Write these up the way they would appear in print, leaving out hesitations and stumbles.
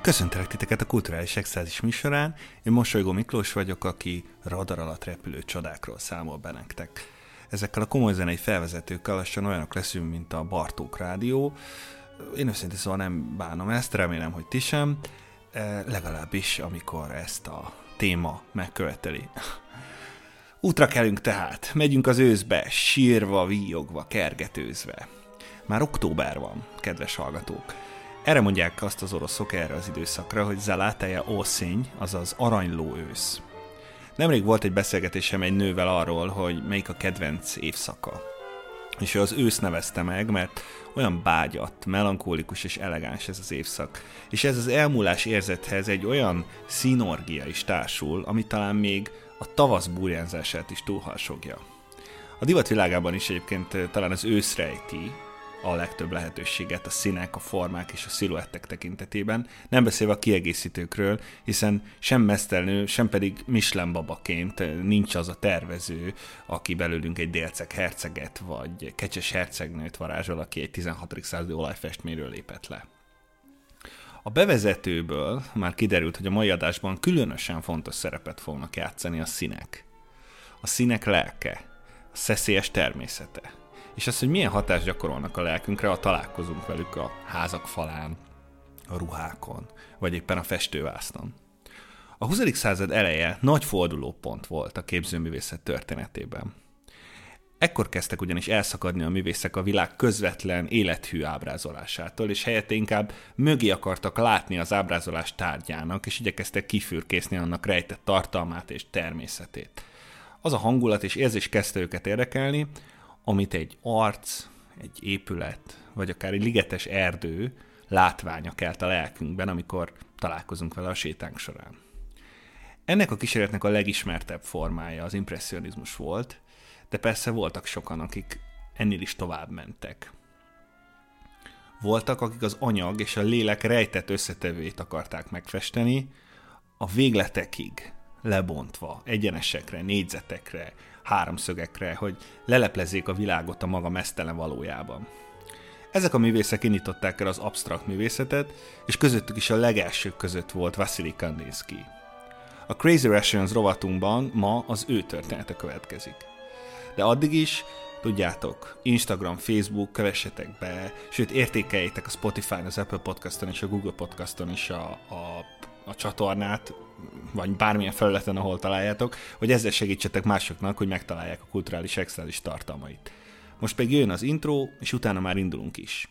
Köszöntelek titeket a Kulturális Extázis műsorán. Én Mosolygó Miklós vagyok, aki radar alatt repülő csodákról számol be nektek. Ezekkel a komoly zenei felvezetőkkel lassan olyanok leszünk, mint a Bartók Rádió. Én őszintén szóval nem bánom ezt, remélem, hogy ti sem. Legalábbis, amikor ezt a téma megköveteli. Útra kelünk tehát, megyünk az őszbe, sírva, víjogva, kergetőzve. Már október van, kedves hallgatók. Erre mondják azt az oroszok erre az időszakra, hogy Zalatája Oszény, azaz aranyló ősz. Nemrég volt egy beszélgetésem egy nővel arról, hogy melyik a kedvenc évszaka. És ő az ősz nevezte meg, mert olyan bágyat, melankólikus és elegáns ez az évszak. És ez az elmúlás érzethez egy olyan színorgia is társul, ami talán még a tavasz burjánzását is túlharsogja. A divat világában is egyébként talán az ősz rejti a legtöbb lehetőséget a színek, a formák és a sziluettek tekintetében, nem beszélve a kiegészítőkről, hiszen sem mesztelnő, sem pedig Michelin babaként nincs az a tervező, aki belőlünk egy délceg herceget vagy kecses hercegnőt varázsol, aki egy 16. századi olajfestményről lépett le. A bevezetőből már kiderült, hogy a mai adásban különösen fontos szerepet fognak játszani a színek. A színek lelke, a szeszélyes természete. És az, hogy milyen hatást gyakorolnak a lelkünkre, ha találkozunk velük a házak falán, a ruhákon, vagy éppen a festővásznon. A 20. század eleje nagy fordulópont volt a képzőművészet történetében. Ekkor kezdtek ugyanis elszakadni a művészek a világ közvetlen, élethű ábrázolásától, és helyette inkább mögé akartak látni az ábrázolás tárgyának, és igyekeztek kifürkészni annak rejtett tartalmát és természetét. Az a hangulat és érzés kezdte őket érdekelni, amit egy arc, egy épület, vagy akár egy ligetes erdő látványa kelt a lelkünkben, amikor találkozunk vele a sétánk során. Ennek a kísérletnek a legismertebb formája az impresszionizmus volt, de persze voltak sokan, akik ennél is tovább mentek. Voltak, akik az anyag és a lélek rejtett összetevőit akarták megfesteni, a végletekig lebontva, egyenesekre, négyzetekre, háromszögekre, hogy leleplezzék a világot a maga meztelen valójában. Ezek a művészek indították el az absztrakt művészetet, és közöttük is a legelsők között volt Vasily Kandinsky. A Crazy Rations rovatunkban ma az ő története következik. De addig is, tudjátok, Instagram, Facebook, kövessetek be, sőt értékeljétek a Spotify-n, az Apple Podcaston és a Google Podcaston is a csatornát, vagy bármilyen felületen, ahol találjátok, hogy ezzel segítsetek másoknak, hogy megtalálják a Kulturális Extázis tartalmait. Most pedig jön az intro, és utána már indulunk is.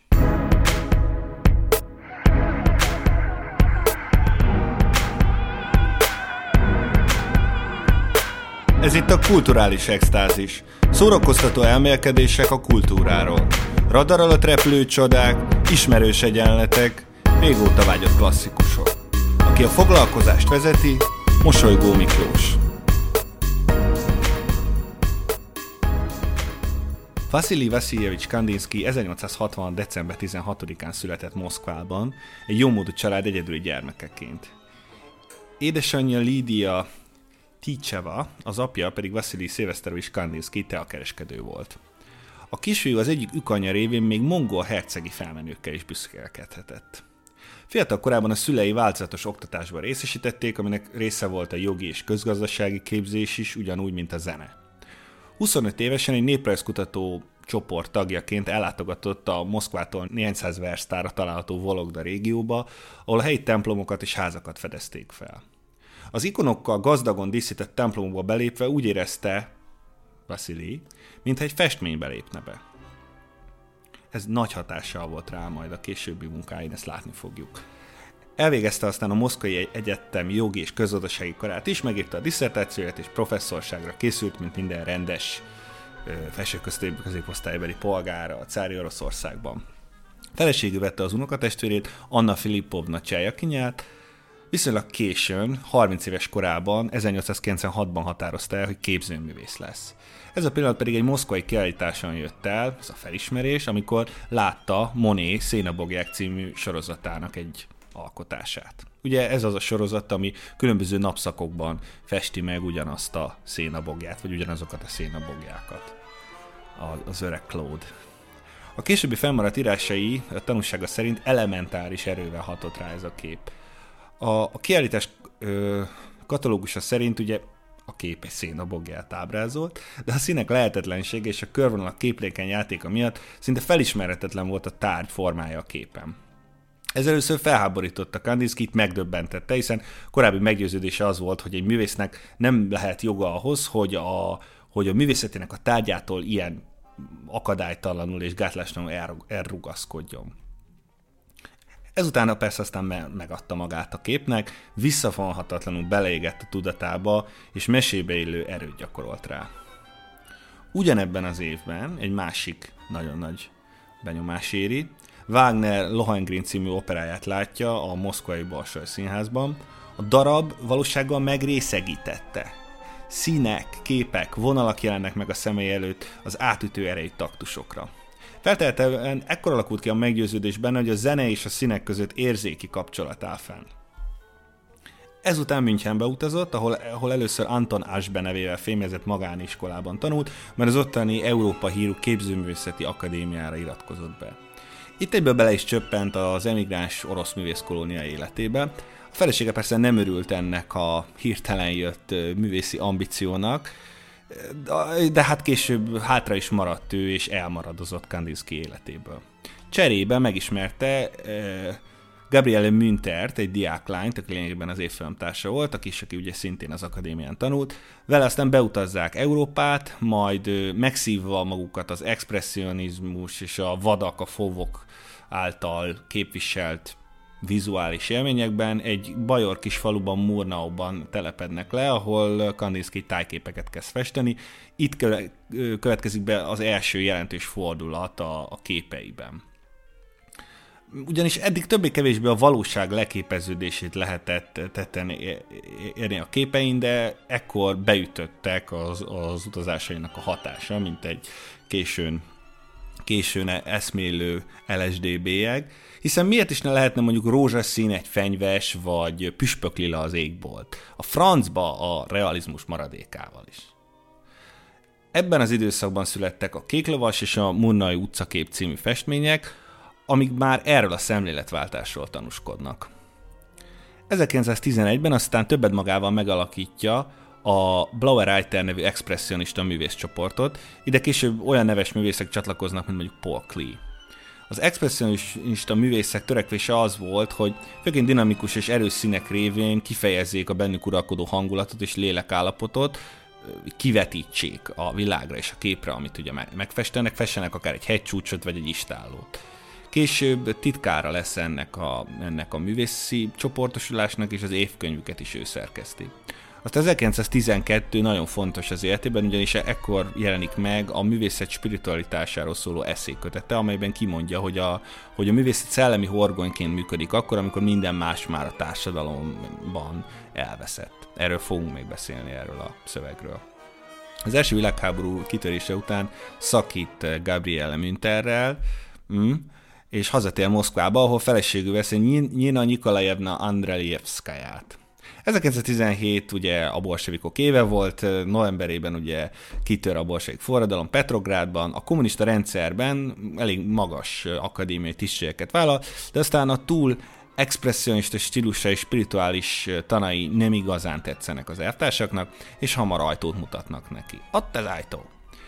Ez itt a Kulturális Extázis. Szórakoztató elmélkedések a kultúráról. Radar alatt repülő csodák, ismerős egyenletek, régóta vágyott klasszikusok. Aki a foglalkozást vezeti, Mosolygó Miklós. Vasily Vassiljevics Kandinsky 1860. december 16-án született Moszkvában, egy jómódú család egyedüli gyermekeként. Édesanyja Lídia Ticheva, az apja pedig Vasily Szilveszterovics Kandinsky teakereskedő volt. A kisfiú az egyik ükanyja révén még mongol hercegi felmenőkkel is büszkélkedhetett. Fiatal korában a szülei változatos oktatásban részesítették, aminek része volt a jogi és közgazdasági képzés is, ugyanúgy, mint a zene. 25 évesen egy néprajzkutató csoport tagjaként ellátogatott a Moszkvától néhány száz versztára található Vologda régióba, ahol a helyi templomokat és házakat fedezték fel. Az ikonokkal gazdagon díszített templomokba belépve úgy érezte Vasily, mintha egy festménybe lépne be. Ez nagy hatással volt rá, majd a későbbi munkáin ezt látni fogjuk. Elvégezte aztán a Moszkvai Egyetem jogi és közgazdasági karát is, megírta a disszertációját és professzorságra készült, mint minden rendes felső középosztálybeli polgára a cári Oroszországban. Feleségül vette az unokatestvérét, Anna Filippovna Cseljakinyát, viszonylag későn, 30 éves korában, 1896-ban határozta el, hogy képzőművész lesz. Ez a pillanat pedig egy moszkvai kiállításon jött el, ez a felismerés, amikor látta Monet Szénaboglyák című sorozatának egy alkotását. Ugye ez az a sorozat, ami különböző napszakokban festi meg ugyanazt a szénabogját, vagy ugyanazokat a szénabogyákat. Az öreg Claude. A későbbi fennmaradt írásai a tanúsága szerint elementáris erővel hatott rá ez a kép. A kiállítás katalógusa szerint ugye a kép egy szénabogját ábrázolt, de a színek lehetetlensége és a körvonalak képlékeny játéka miatt szinte felismerhetetlen volt a tárgy formája a képen. Ez először felháborította Kandinskyt, megdöbbentette, hiszen korábbi meggyőződése az volt, hogy egy művésznek nem lehet joga ahhoz, hogy a művészetének a tárgyától ilyen akadálytalanul és gátlástalanul elrugaszkodjon. Ezután persze aztán megadta magát a képnek, visszafonhatatlanul beleégett a tudatába, és mesébe illő erőt gyakorolt rá. Ugyanebben az évben egy másik nagyon nagy benyomás éri. Wagner Lohengrin című operáját látja a Moszkvai Bolsoj Színházban. A darab valósággal megrészegítette. Színek, képek, vonalak jelennek meg a szemei előtt az átütő erejű taktusokra. Feltehetően ekkor alakult ki a meggyőződés benne, hogy a zene és a színek között érzéki kapcsolat áll fenn. Ezután Münchenbe utazott, ahol először Anton Aschbe nevével fémjezett magániskolában tanult, mert az ottani Európa hírű képzőművészeti akadémiára iratkozott be. Itt egyből bele is csöppent az emigráns orosz művészkolónia életébe. A felesége persze nem örült ennek a hirtelen jött művészi ambíciónak, de hát később hátra is maradt ő, és elmaradozott Kandinsky életéből. Cserébe megismerte Gabriele Müntert, egy diáklányt, aki lényegében az évfolyamtársa volt, aki ugye szintén az akadémián tanult. Vele aztán beutazzák Európát, majd megszívva magukat az expresszionizmus és a vadak, a fovok által képviselt vizuális élményekben egy bajor kis faluban, Murnauban telepednek le, ahol Kandinsky tájképeket kezd festeni. Itt következik be az első jelentős fordulat a képeiben. Ugyanis eddig többé-kevésbé a valóság leképeződését lehetett tetten érni a képein, de ekkor beütöttek az utazásainak a hatása, mint egy későn eszmélő LSD bélyeg, hiszen miért is ne lehetne mondjuk rózsaszín egy fenyves, vagy püspöklila az égbolt. A francba a realizmus maradékával is. Ebben az időszakban születtek a Kéklovas és a Murnai utcakép című festmények, amik már erről a szemléletváltásról tanúskodnak. 1911-ben aztán többet magával megalakítja a Blauer Reiter nevű expresszionista művészcsoportot, ide később olyan neves művészek csatlakoznak, mint mondjuk Paul Klee. Az expresszionista művészek törekvése az volt, hogy főként dinamikus és erős színek révén kifejezzék a bennük uralkodó hangulatot és lélekállapotot, kivetítsék a világra és a képre, amit ugye megfestenek, fessenek akár egy hegycsúcsot vagy egy istállót. Később titkára lesz ennek a művészi csoportosulásnak, és az évkönyvüket is ő szerkeszti. Azt 1912 nagyon fontos az életében, ugyanis ekkor jelenik meg a művészet spiritualitásáról szóló eszékötete, amelyben kimondja, hogy a művészet szellemi horgonyként működik akkor, amikor minden más már a társadalomban elveszett. Erről fogunk még beszélni, erről a szövegről. Az első világháború kitörése után szakít Gabriele Münterrel, és hazatér Moszkvába, ahol feleségül veszi Nina Nikolajevna Andrejevszkaját. 1917 ugye a bolsevikok éve volt, novemberében ugye kitör a bolsevik forradalom Petrográdban, a kommunista rendszerben elég magas akadémiai tisztségeket vállal, de aztán a túl expresszionista stílusa és spirituális tanai nem igazán tetszenek az elvtársaknak, és hamar ajtót mutatnak neki. Ott az ajtó!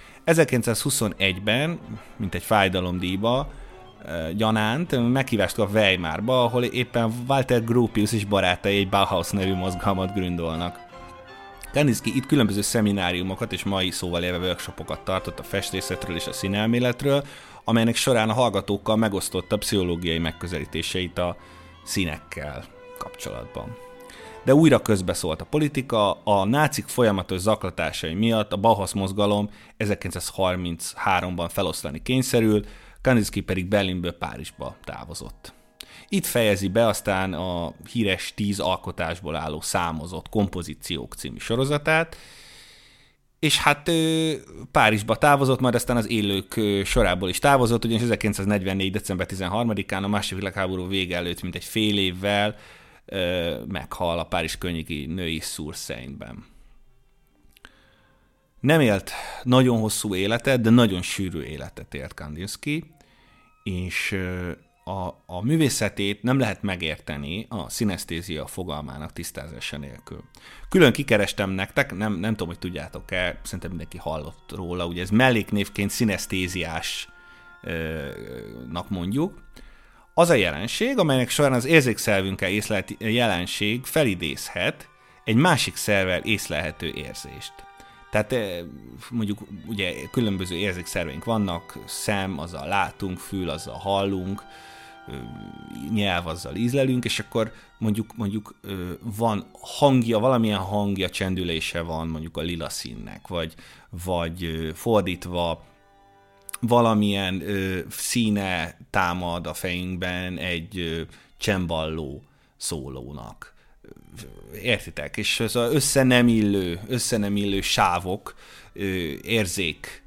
1921-ben, mint egy fájdalomdíjba, gyanánt meghívást kap Weimarba, ahol éppen Walter Gropius és barátai egy Bauhaus nevű mozgalmat gründolnak. Kandinsky itt különböző szemináriumokat és mai szóval élve workshopokat tartott a festészetről és a színelméletről, amelynek során a hallgatókkal megosztotta pszichológiai megközelítéseit a színekkel kapcsolatban. De újra közbeszólt a politika, a nácik folyamatos zaklatásai miatt a Bauhaus mozgalom 1933-ban feloszlani kényszerült, Kandinsky pedig Berlinből Párizsba távozott. Itt fejezi be aztán a híres 10 alkotásból álló számozott kompozíciók című sorozatát, és hát Párizsba távozott, majd aztán az élők sorából is távozott, ugyanis 1944. december 13-án a második világháború vége előtt, mint egy fél évvel meghal a Párizs környéki női Sourceinben. Nem élt nagyon hosszú életet, de nagyon sűrű életet élt Kandinsky, és a művészetét nem lehet megérteni a szinesztézia fogalmának tisztázása nélkül. Külön kikerestem nektek, nem tudom, hogy tudjátok-e, szerintem mindenki hallott róla, ugye ez melléknévként szinesztéziásnak mondjuk. Az a jelenség, amelynek során az érzékszervünkkel észlelt jelenség felidézhet egy másik szervvel észlelhető érzést. Tehát mondjuk ugye különböző érzékszerveink vannak, szem, azzal látunk, fül, azzal hallunk, nyelv, azzal ízlelünk, és akkor mondjuk van hangja, valamilyen hangja, csendülése van mondjuk a lila színnek, vagy fordítva valamilyen színe támad a fejünkben egy cemballó szólónak. Értitek? És ez az össze nem illő sávok érzék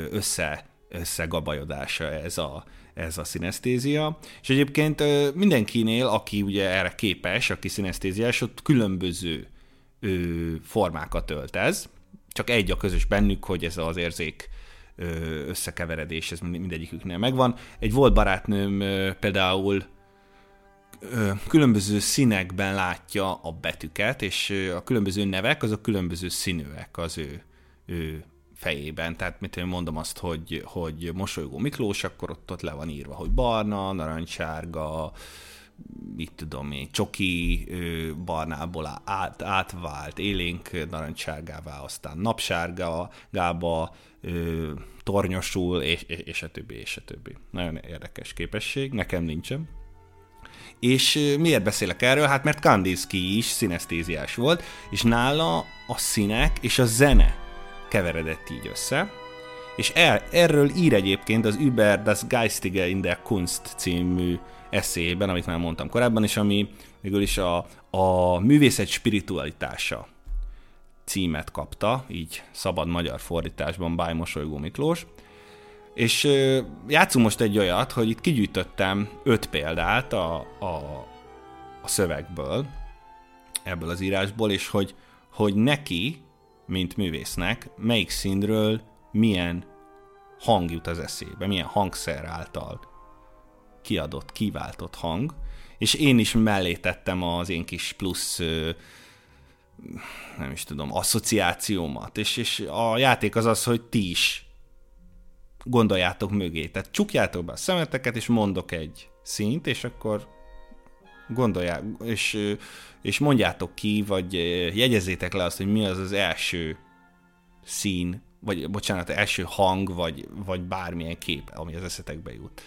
összegabajodása ez a szinesztézia. És egyébként mindenkinél, aki ugye erre képes, aki szinesztéziás, ott különböző formákat ölt ez. Csak egy a közös bennük, hogy ez az érzék összekeveredés, ez mindegyiküknél megvan. Egy volt barátnőm például különböző színekben látja a betűket, és a különböző nevek, azok különböző színűek az ő fejében. Tehát mit én mondom azt, hogy Mosolygó Miklós, akkor ott le van írva, hogy barna, narancssárga, mit tudom én, csoki barnából átvált, élénk narancssárgává, aztán napsárgába tornyosul, és a többi, és a többi. Nagyon érdekes képesség, nekem nincsen. És miért beszélek erről? Hát mert Kandinsky is szinesztéziás volt, és nála a színek és a zene keveredett így össze, és erről ír egyébként az Über das Geistige in der Kunst című eszéjében, amit már mondtam korábban, és ami végül is a művészet spiritualitása címet kapta, így szabad magyar fordításban by Mosolygó Miklós. És játszunk most egy olyat, hogy itt kigyűjtöttem 5 példát a szövegből, ebből az írásból, és hogy neki, mint művésznek, melyik színről milyen hang jut az eszébe, milyen hangszer által kiadott, kiváltott hang, és én is mellé tettem az én kis plusz, nem is tudom, asszociációmat, és a játék az, hogy ti is gondoljátok mögé. Tehát csukjátok be a szemeteket, és mondok egy színt, és akkor gondolják, és mondjátok ki, vagy jegyezzétek le azt, hogy mi az első szín, vagy bocsánat, első hang, vagy bármilyen kép, ami az eszetekbe jut.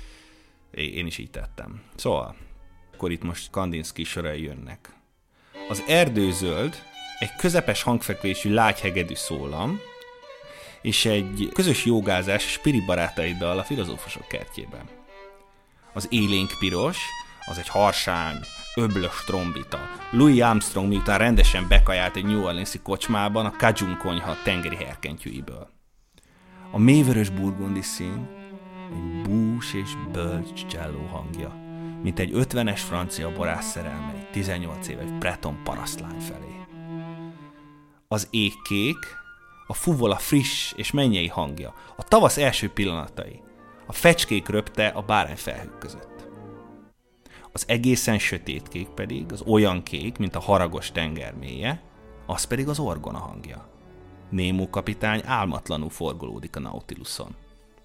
Én is így tettem. Szóval, akkor itt most Kandinsky sorai jönnek. Az erdőzöld egy közepes hangfekvésű lágyhegedű szólam, és egy közös jogázás Spiri barátaiddal a filozófusok kertjében. Az élénk piros, az egy harsány, öblös trombita. Louis Armstrong miután rendesen bekajált egy New Orleans-i kocsmában a Cajun konyha tengeri herkentyűiből. A mélyvörös burgundi szín egy bús és bölcs cselló hangja, mint egy 50-es francia borász szerelme egy 18 éves breton parasztlány felé. Az égkék, a fuvola friss és mennyei hangja, a tavasz első pillanatai, a fecskék röpte a bárányfelhők között. Az egészen sötétkék pedig, az olyan kék, mint a haragos tenger mélye, az pedig az orgona hangja. Nemo kapitány álmatlanul forgolódik a Nautiluson.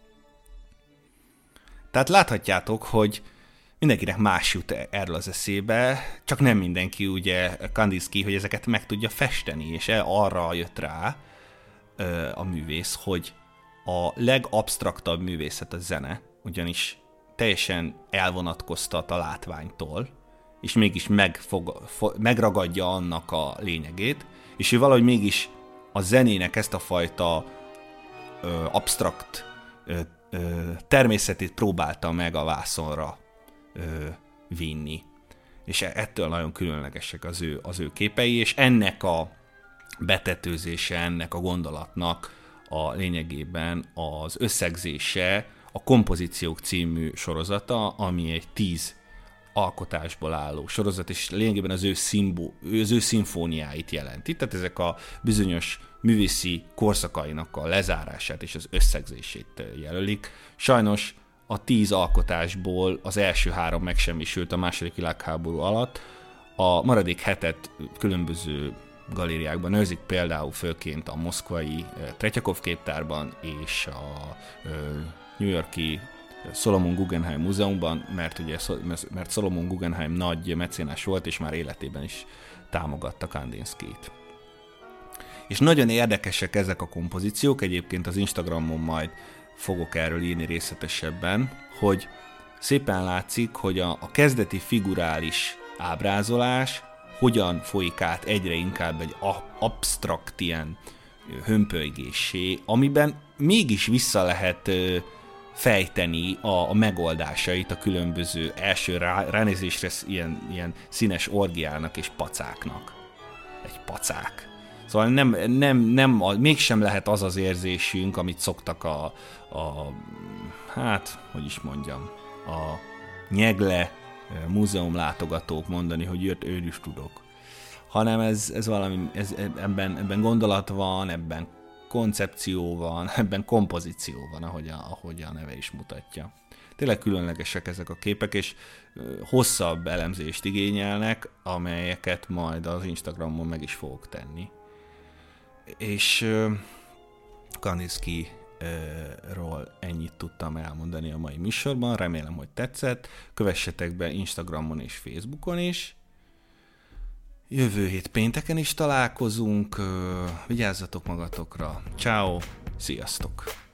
Tehát láthatjátok, hogy mindenkinek más jut erről az eszébe, csak nem mindenki, ugye Kandinsky, hogy ezeket meg tudja festeni, és arra jött rá a művész, hogy a legabsztraktabb művészet a zene, ugyanis teljesen elvonatkoztat a látványtól, és mégis megragadja annak a lényegét, és ő valahogy mégis a zenének ezt a fajta absztrakt természetét próbálta meg a vászonra vinni. És ettől nagyon különlegesek az ő képei, és ennek a betetőzése, ennek a gondolatnak a lényegében az összegzése a Kompozíciók című sorozata, ami egy 10 alkotásból álló sorozat, és lényegében az ő szimfóniáit jelenti. Tehát ezek a bizonyos művészi korszakainak a lezárását és az összegzését jelölik. Sajnos a 10 alkotásból az első 3 megsemmisült a II. Világháború alatt, a maradék 7 különböző galériákban őrzik, például főként a moszkvai Tretyakov képtárban és a New York-i Solomon Guggenheim Múzeumban, mert Solomon Guggenheim nagy mecénás volt, és már életében is támogatta Kandinskijt. És nagyon érdekesek ezek a kompozíciók, egyébként az Instagramon majd fogok erről írni részletesebben, hogy szépen látszik, hogy a kezdeti figurális ábrázolás hogyan folyik át egyre inkább egy absztrakt ilyen hömpölygéssé, amiben mégis vissza lehet fejteni a megoldásait a különböző első ránézésre ilyen színes orgiának és pacáknak. Egy pacák. Szóval mégsem lehet az az érzésünk, amit szoktak a nyegle múzeum látogatók mondani, hogy én is tudok. Hanem ez valami, ebben gondolat van, ebben koncepció van, ebben kompozíció van, ahogy a neve is mutatja. Tényleg különlegesek ezek a képek, és hosszabb elemzést igényelnek, amelyeket majd az Instagramon meg is fogok tenni. És Kandinskijról ennyit tudtam elmondani a mai műsorban, remélem, hogy tetszett. Kövessetek be Instagramon és Facebookon is. Jövő hét pénteken is találkozunk, vigyázzatok magatokra. Ciao, sziasztok!